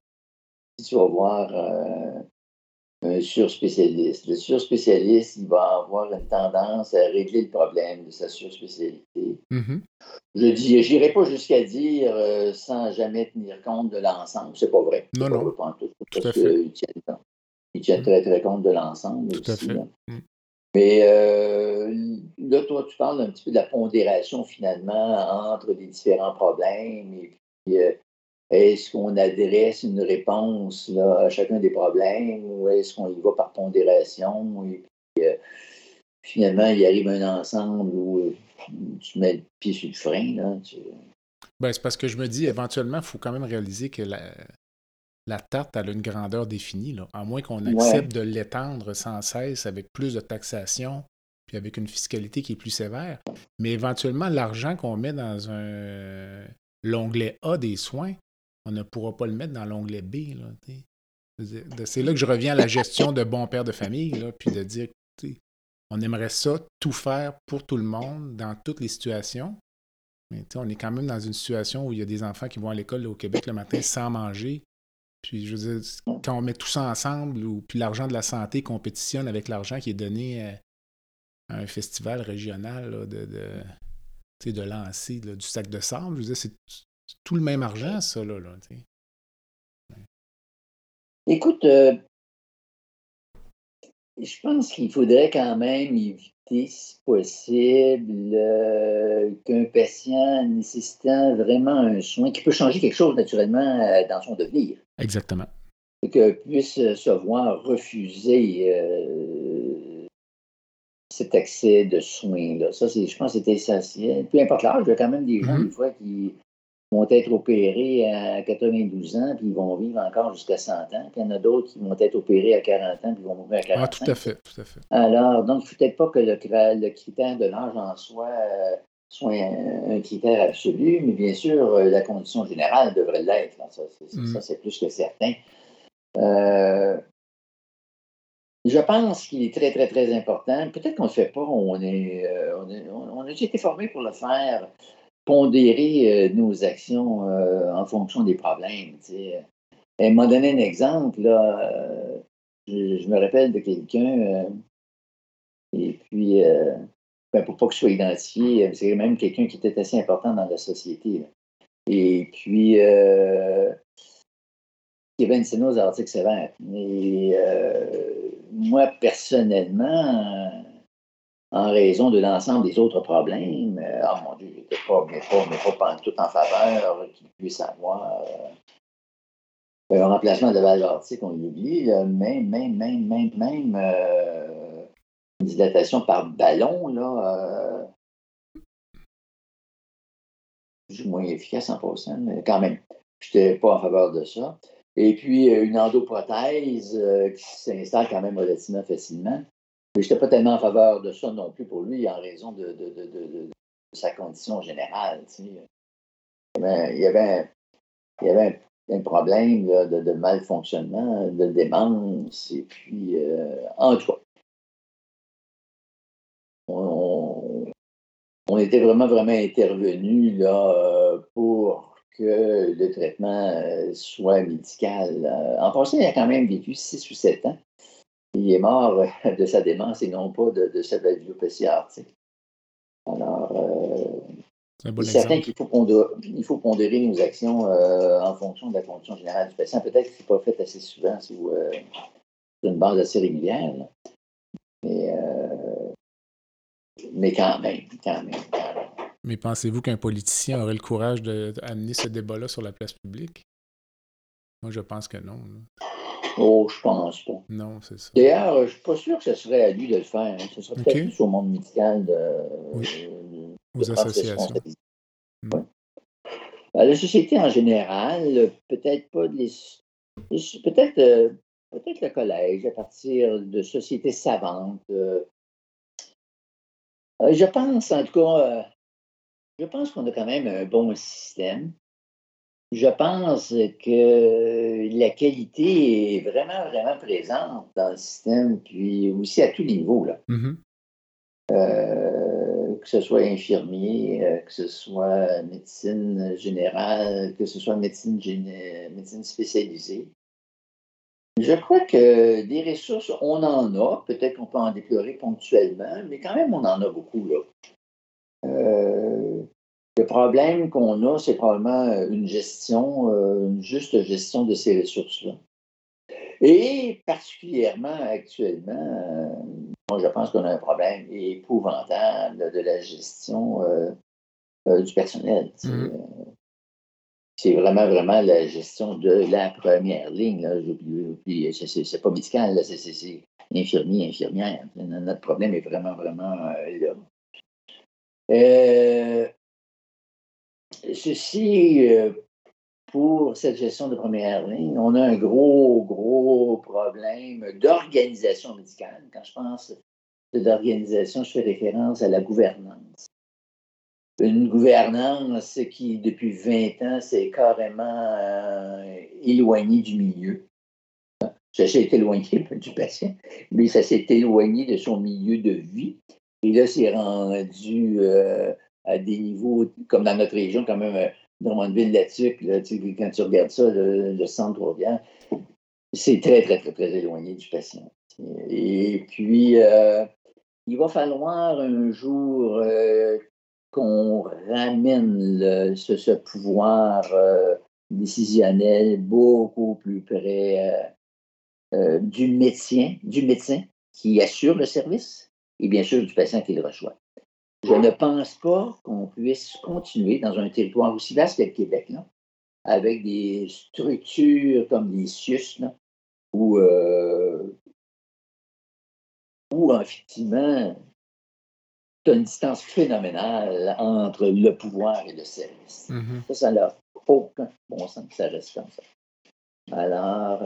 un surspécialiste. Le surspécialiste, il va avoir une tendance à régler le problème de sa surspécialité. Mm-hmm. Je n'irai pas jusqu'à dire sans jamais tenir compte de l'ensemble. C'est pas vrai. Non, non. Parce qu'ils tiennent très, très compte de l'ensemble. Tout à fait. Là. Mais là, toi, tu parles un petit peu de la pondération, finalement, entre les différents problèmes. Et puis, est-ce qu'on adresse une réponse là, à chacun des problèmes ou est-ce qu'on y va par pondération? Et puis, finalement, il arrive un ensemble où tu mets le pied sur le frein. Là, c'est parce que je me dis, éventuellement, il faut quand même réaliser que la tarte, elle a une grandeur définie, là, à moins qu'on accepte de l'étendre sans cesse avec plus de taxation puis avec une fiscalité qui est plus sévère. Mais éventuellement, l'argent qu'on met dans l'onglet A des soins, on ne pourra pas le mettre dans l'onglet B. Là, c'est là que je reviens à la gestion de bon père de famille, là, puis de dire, on aimerait ça, tout faire pour tout le monde, dans toutes les situations. Mais on est quand même dans une situation où il y a des enfants qui vont à l'école là, au Québec le matin sans manger. Puis, je veux dire, quand on met tout ça ensemble, puis l'argent de la santé compétitionne avec l'argent qui est donné à un festival régional là, de lancer là, du sac de sable, je veux dire, c'est tout le même argent, ça, là. Écoute, je pense qu'il faudrait quand même éviter, si possible, qu'un patient nécessitant vraiment un soin qui peut changer quelque chose naturellement dans son devenir, Exactement. que puisse se voir refuser cet accès de soins-là. Ça, je pense que c'est essentiel. Peu importe l'âge, il y a quand même des gens, des fois, qui vont être opérés à 92 ans, puis ils vont vivre encore jusqu'à 100 ans. Puis il y en a d'autres qui vont être opérés à 40 ans, puis ils vont mourir à 45. Tout à fait. Alors, donc, il ne faut peut-être pas que le critère de l'âge en soi soit un critère absolu, mais bien sûr, la condition générale devrait l'être. Ça, c'est plus que certain. Je pense qu'il est très, très, très important. Peut-être qu'on ne le fait pas. On a déjà été formé pour le faire, pondérer nos actions en fonction des problèmes. Elle m'a donné un exemple. Là, je me rappelle de quelqu'un, et puis, pour pas que je sois identifié, c'est même quelqu'un qui était assez important dans la société. Là. Et puis, il y avait une scénose aortique sévère. Et moi, personnellement, en raison de l'ensemble des autres problèmes, oh mon Dieu, j'étais pas tout en faveur qu'il puisse avoir un remplacement de la valve aortique, on l'oublie, même une dilatation par ballon, là, plus ou moins efficace en passant, mais quand même, je n'étais pas en faveur de ça. Et puis, une endoprothèse qui s'installe quand même relativement facilement. Mais je n'étais pas tellement en faveur de ça non plus pour lui en raison de sa condition générale. Tu sais. Il y avait un problème là, de malfonctionnement, de démence. Et puis, en tout cas, on était vraiment, vraiment intervenu là, pour que le traitement soit médical. En passant, il a quand même vécu 6 ou 7 ans. Il est mort de sa démence et non pas de sa valvulopathie aortique. Alors, bon c'est certain qu'il faut pondérer nos actions en fonction de la condition générale du patient. Peut-être que ce n'est pas fait assez souvent sur une base assez régulière. Là. Mais quand même. Mais pensez-vous qu'un politicien aurait le courage d'amener ce débat-là sur la place publique? Moi, je pense que non. Là. Oh, je pense pas. Non, c'est ça. D'ailleurs, je ne suis pas sûr que ce serait à lui de le faire. Hein. Ce serait peut-être plus au monde médical aux associations. Ouais. La société en général, peut-être pas peut-être le collège à partir de sociétés savantes. Je pense, en tout cas, je pense qu'on a quand même un bon système. Je pense que la qualité est vraiment, vraiment présente dans le système, puis aussi à tous les niveaux. Là. Que ce soit infirmier, que ce soit médecine générale, que ce soit médecine spécialisée. Je crois que des ressources, on en a. Peut-être qu'on peut en déplorer ponctuellement, mais quand même, on en a beaucoup. Là. Le problème qu'on a, c'est probablement une juste gestion de ces ressources-là. Et particulièrement actuellement, moi je pense qu'on a un problème épouvantable de la gestion du personnel. C'est vraiment, vraiment la gestion de la première ligne. Là. J'oublie, c'est pas médical, là, c'est infirmier, infirmière. Notre problème est vraiment, vraiment là. Ceci, pour cette gestion de première ligne, on a un gros problème d'organisation médicale. Quand je pense d'organisation, je fais référence à la gouvernance. Une gouvernance qui, depuis 20 ans, s'est carrément éloignée du milieu. ça s'est éloigné du patient, mais ça s'est éloigné de son milieu de vie. Et là, c'est rendu à des niveaux, comme dans notre région, quand même, Drummondville-Latuc, là, quand tu regardes ça, le centre Trois-Rivières, c'est très, très, très, très éloigné du patient. Et puis, il va falloir un jour qu'on ramène ce pouvoir décisionnel beaucoup plus près du médecin qui assure le service et bien sûr du patient qui le reçoit. Je ne pense pas qu'on puisse continuer dans un territoire aussi vaste que le Québec, là, avec des structures comme des CIUS, là, où effectivement, tu as une distance phénoménale entre le pouvoir et le service. Mm-hmm. Ça n'a aucun bon sens que ça reste comme ça. Alors,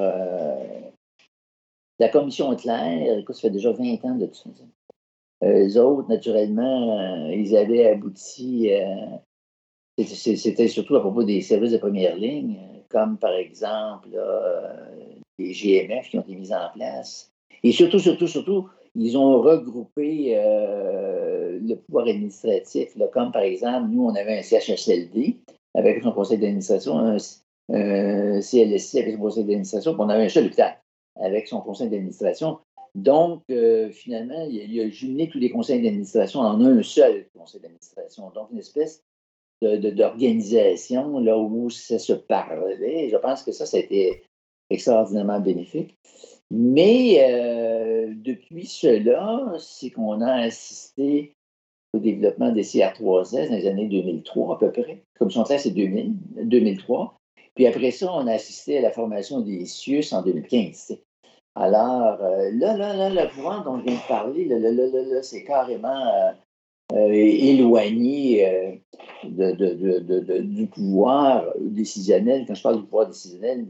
la commission Hitler, écoute, ça fait déjà 20 ans de tout ça. Eux autres, naturellement, ils avaient abouti, c'était surtout à propos des services de première ligne, comme par exemple les GMF qui ont été mis en place. Et surtout, ils ont regroupé le pouvoir administratif, là, comme par exemple, nous, on avait un CHSLD avec son conseil d'administration, un CLSC avec son conseil d'administration, puis on avait un seul hôpital avec son conseil d'administration. Donc, finalement, il a jumelé tous les conseils d'administration en un seul conseil d'administration. Donc, une espèce d'organisation là où ça se parlait. Je pense que ça a été extraordinairement bénéfique. Mais depuis cela, c'est qu'on a assisté au développement des CR3S dans les années 2003 à peu près. Comme son c'est 2003. Puis après ça, on a assisté à la formation des CIUS en 2015. Alors, là, le pouvoir dont je viens de parler, là, c'est carrément éloigné du pouvoir décisionnel. Quand je parle du pouvoir décisionnel,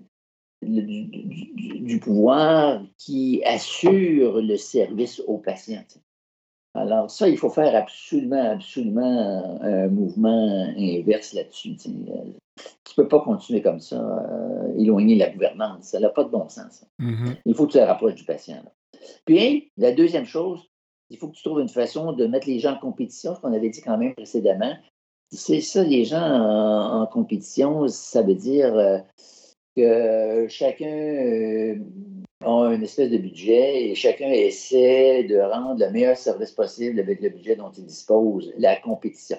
du pouvoir qui assure le service aux patients. Alors, ça, il faut faire absolument un mouvement inverse là-dessus. Tu ne peux pas continuer comme ça, éloigner la gouvernance. Ça n'a pas de bon sens. Mm-hmm. Il faut que tu te rapproches du patient. Là. Puis, la deuxième chose, il faut que tu trouves une façon de mettre les gens en compétition, ce qu'on avait dit quand même précédemment. C'est ça, les gens en compétition, ça veut dire que chacun a une espèce de budget et chacun essaie de rendre le meilleur service possible avec le budget dont il dispose. La compétition.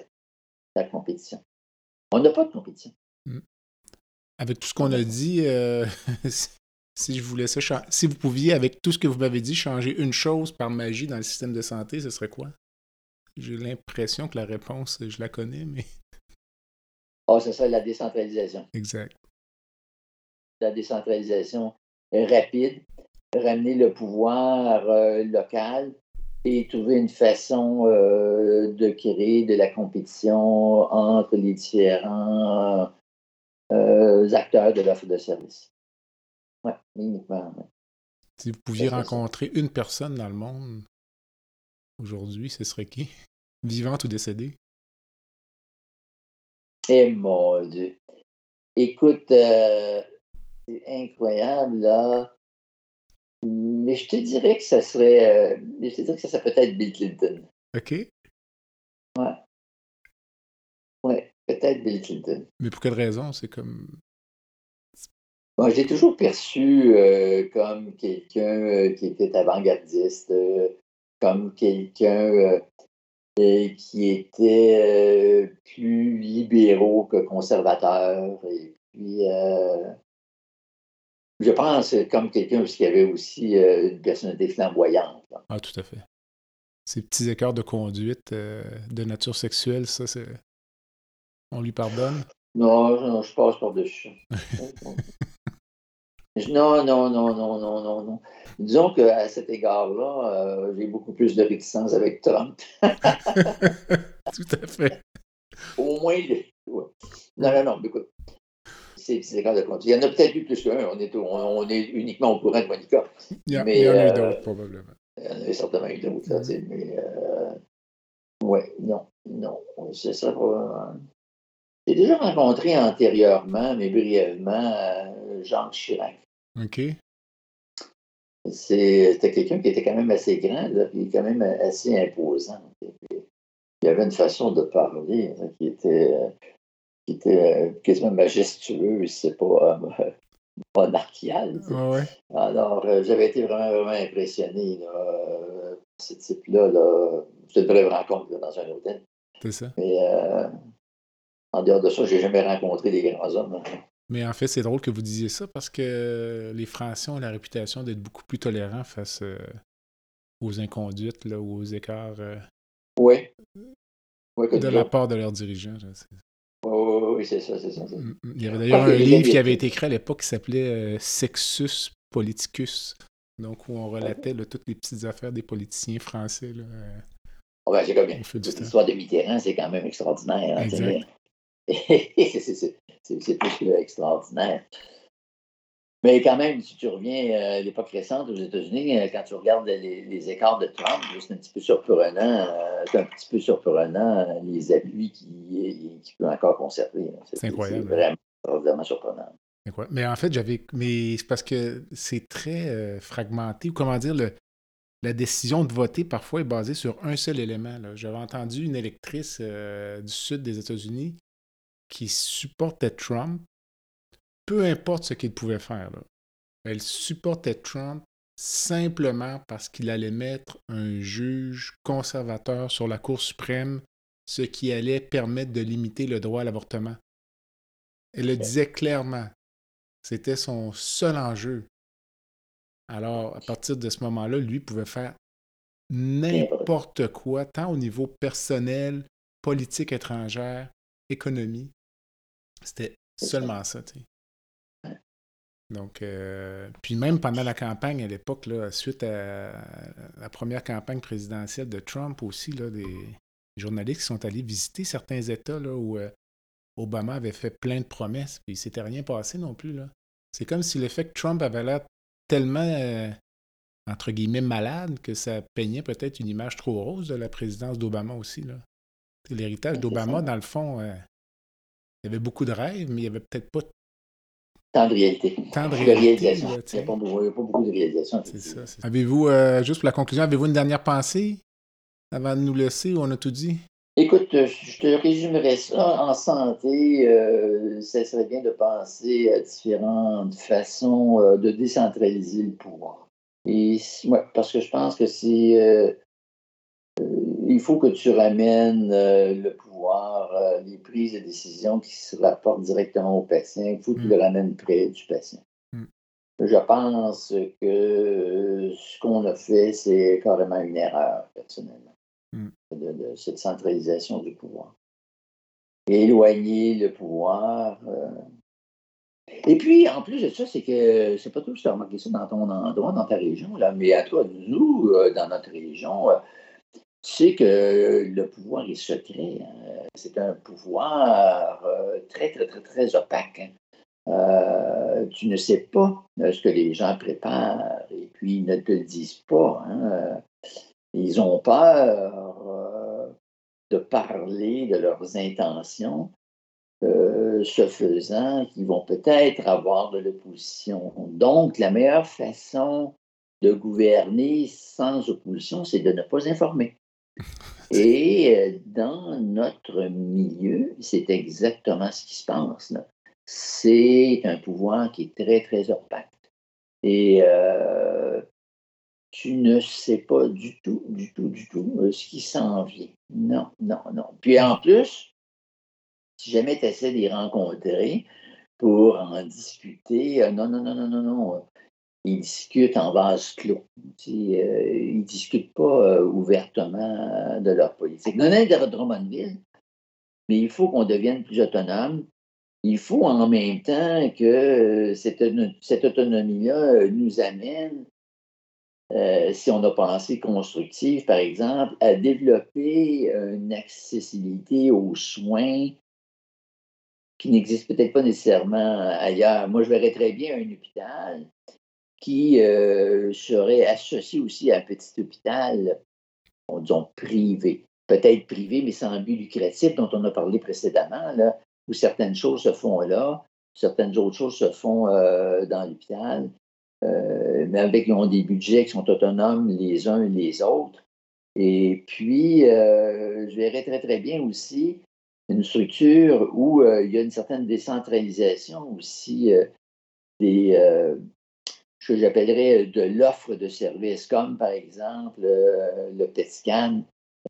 On n'a pas de compétition. Avec tout ce qu'on a dit, si je vous laissais si vous pouviez, avec tout ce que vous m'avez dit, changer une chose par magie dans le système de santé, ce serait quoi? J'ai l'impression que la réponse, je la connais, mais... ce serait la décentralisation. Exact. La décentralisation rapide, ramener le pouvoir local et trouver une façon de créer de la compétition entre les différents acteurs de l'offre de service. Oui, uniquement. Ouais. Si vous pouviez rencontrer une personne dans le monde aujourd'hui, ce serait qui? Vivante ou décédée? Eh mon Dieu! Écoute, c'est incroyable, là. Mais je te dirais que ça serait... peut-être Bill Clinton. OK. Ouais, peut-être Bill Clinton. Mais pour quelle raison? C'est comme... Bon, j'ai toujours perçu comme quelqu'un qui était avant-gardiste, comme quelqu'un qui était plus libéraux que conservateur. Et puis, je pense comme quelqu'un qui avait aussi une personnalité flamboyante. Là. Ah, tout à fait. Ces petits écarts de conduite de nature sexuelle, ça, c'est... On lui pardonne? Non, je passe par-dessus. Non. Disons qu'à cet égard-là, j'ai beaucoup plus de réticence avec Trump. Tout à fait. Au moins, ouais. Non, écoute. Ces petits écarts de conduite. Il y en a peut-être eu plus qu'un. On est uniquement au courant de Monica. Il y en a eu d'autres, probablement. Il y en a certainement eu d'autres. Mais, non. C'est ça probablement. J'ai déjà rencontré antérieurement, mais brièvement, Jacques Chirac. OK. C'était quelqu'un qui était quand même assez grand, là, puis quand même assez imposant. Il y avait une façon de parler là, qui était quasiment majestueuse, c'est pas monarchial. Ouais, Alors, j'avais été vraiment, vraiment impressionné là, par ce type-là. Là. C'était une brève rencontre là, dans un hôtel. c'est ça. Mais en dehors de ça, j'ai jamais rencontré des grands hommes. Hein. Mais en fait, c'est drôle que vous disiez ça parce que les Français ont la réputation d'être beaucoup plus tolérants face aux inconduites là, ou aux écarts Oui, oui, que de nous la autres. part de leurs dirigeants. Là. Oui, c'est ça. Il y avait d'ailleurs Quoique, un il y a livre qui avait des- été écrit à l'époque qui s'appelait Sexus Politicus, donc où on relatait là, toutes les petites affaires des politiciens français là, Ah ben, c'est comme au fil du temps. l'histoire de Mitterrand, c'est quand même extraordinaire. Hein, Exact. c'est plus que extraordinaire. Mais quand même, si tu reviens à l'époque récente aux États-Unis, quand tu regardes les écarts de Trump, c'est un petit peu surprenant. C'est un petit peu surprenant les appuis qu'il peut encore conserver. Là. C'est C'est incroyable. Hein? vraiment surprenant. C'est incroyable. Mais en fait, mais c'est parce que c'est très fragmenté, ou comment dire, la décision de voter parfois est basée sur un seul élément. Là. J'avais entendu une électrice du sud des États-Unis qui supportait Trump, peu importe ce qu'il pouvait faire. Là. Elle supportait Trump simplement parce qu'il allait mettre un juge conservateur sur la Cour suprême, ce qui allait permettre de limiter le droit à l'avortement. Elle le disait clairement. C'était son seul enjeu. Alors, à partir de ce moment-là, lui pouvait faire n'importe quoi, tant au niveau personnel, politique étrangère, économie. C'était seulement ça, tu sais. Donc, puis même pendant la campagne à l'époque, là, suite à la première campagne présidentielle de Trump aussi, là, des journalistes qui sont allés visiter certains États là, où Obama avait fait plein de promesses, puis il ne s'était rien passé non plus. Là. C'est comme si le fait que Trump avait l'air tellement, entre guillemets, malade, que ça peignait peut-être une image trop rose de la présidence d'Obama aussi. Là. L'héritage d'Obama, dans le fond, il y avait beaucoup de rêves, mais il n'y avait peut-être pas Tant de réalité. tant de De réalité. réalisation. Là, Il n'y a pas beaucoup de réalisation. c'est ça. Avez-vous, juste pour la conclusion, avez-vous une dernière pensée avant de nous laisser ou on a tout dit? Écoute, je te résumerais ça en santé. Ça serait bien de penser à différentes façons de décentraliser le pouvoir. Et ouais, parce que je pense que il faut que tu ramènes le pouvoir, les prises de décision qui se rapportent directement au patient. Il faut que tu le ramènes près du patient. Je pense que ce qu'on a fait, c'est carrément une erreur, personnellement, de cette centralisation du pouvoir. Éloigner le pouvoir. Et puis, en plus de ça, c'est que c'est pas tout que tu as remarqué ça dans ton endroit, dans ta région, là, mais à toi, nous, dans notre région, tu sais que le pouvoir est secret. Hein. C'est un pouvoir très, très, très, très opaque. Hein. Tu ne sais pas ce que les gens préparent et puis ils ne te le disent pas. Hein. Ils ont peur de parler de leurs intentions, ce faisant, qu'ils vont peut-être avoir de l'opposition. Donc, la meilleure façon de gouverner sans opposition, c'est de ne pas informer. Et dans notre milieu, c'est exactement ce qui se passe. Là. C'est un pouvoir qui est très, très opaque. Et tu ne sais pas du tout ce qui s'en vient. Non. Puis en plus, si jamais tu essaies de les rencontrer pour en discuter, non. Ils discutent en vase clos. Ils ne discutent pas ouvertement de leur politique. Non, de Drummondville, mais il faut qu'on devienne plus autonome. Il faut en même temps que cette autonomie-là nous amène, si on a pensé constructive, par exemple, à développer une accessibilité aux soins qui n'existe peut-être pas nécessairement ailleurs. Moi, je verrais très bien un hôpital qui serait associé aussi à un petit hôpital, disons, privé. Peut-être privé, mais sans but lucratif, dont on a parlé précédemment, là, où certaines choses se font là, certaines autres choses se font dans l'hôpital. mais ils ont des budgets qui sont autonomes les uns et les autres. Et puis, je verrais très, très bien aussi une structure où il y a une certaine décentralisation aussi ce que j'appellerais de l'offre de services, comme par exemple le PET-scan,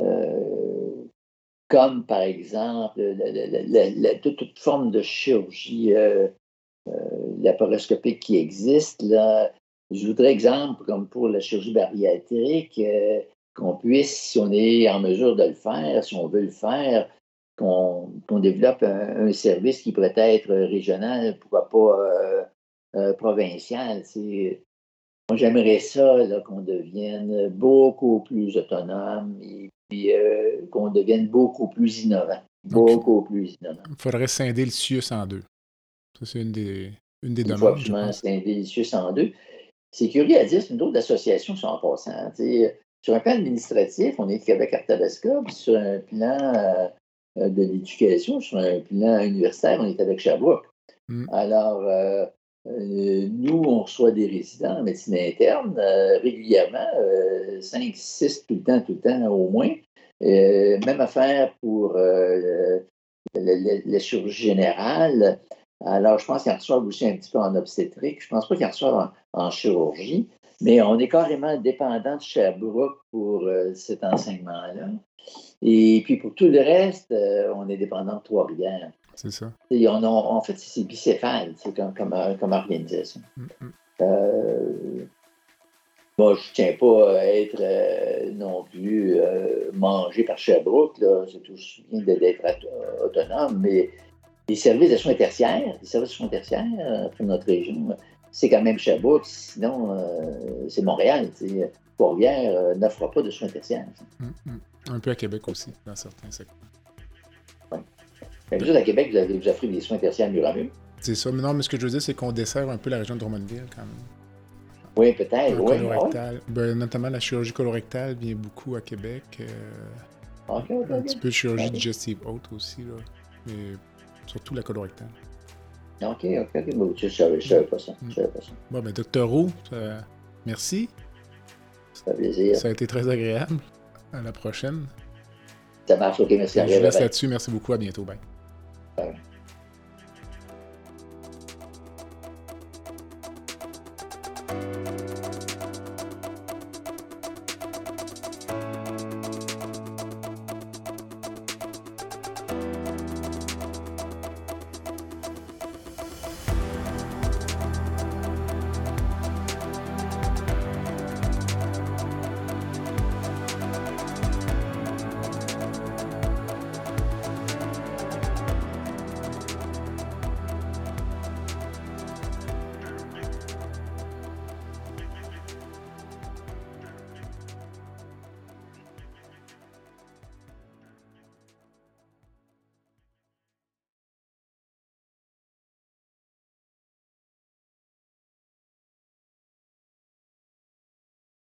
comme par exemple toute forme de chirurgie laparoscopique qui existe. Là, je voudrais exemple, comme pour la chirurgie bariatrique, qu'on puisse, si on est en mesure de le faire, si on veut le faire, qu'on développe un service qui pourrait être régional, pourquoi pas provincial. Moi, j'aimerais ça, là, qu'on devienne beaucoup plus autonome et puis qu'on devienne beaucoup plus innovant. Beaucoup plus innovant. Il faudrait scinder le CIUS en deux. Ça, c'est une des Il demandes. faut absolument scinder le CIUS en deux. C'est curieux à dire, c'est une autre association qui sont en passant. Sur un plan administratif, on est Québec-Arthabasca, puis sur un plan de l'éducation, sur un plan universitaire, on est avec Sherbrooke. Alors, nous, on reçoit des résidents en médecine interne régulièrement, 5, 6 tout le temps au moins. Même affaire pour la chirurgie générale. Alors, je pense qu'ils en reçoivent aussi un petit peu en obstétrique. Je ne pense pas qu'ils en reçoivent en chirurgie, mais on est carrément dépendant de Sherbrooke pour cet enseignement-là. Et puis, pour tout le reste, on est dépendant de Trois-Rivières. C'est ça. En fait, c'est bicéphale, c'est comme organisation. Moi, je ne tiens pas à être non plus mangé par Sherbrooke. Là. C'est aussi bien d'être autonome, mais les services de soins tertiaires, pour notre région, c'est quand même Sherbrooke. Sinon, c'est Montréal. Trois-Rivières n'offre pas de soins tertiaires. Un peu à Québec aussi, dans certains secteurs. Oui. Vous autres, à Québec, vous offrez des soins tertiaires mur à mur. C'est ça. Mais non, mais ce que je veux dire, c'est qu'on dessert un peu la région de Drummondville, quand même. Oui, peut-être. Oui, colorectal. Ben, notamment la chirurgie colorectale vient beaucoup à Québec. Un petit peu de chirurgie digestive haute aussi, là. Mais surtout la colorectale. OK. Bon, je ne savais pas ça. Bon, ben, Dr. Roux, merci. Ça fait plaisir. Ça a été très agréable. À la prochaine. Ça marche, OK, merci. Je vous laisse là-dessus. Merci beaucoup. À bientôt. Bye. Bye.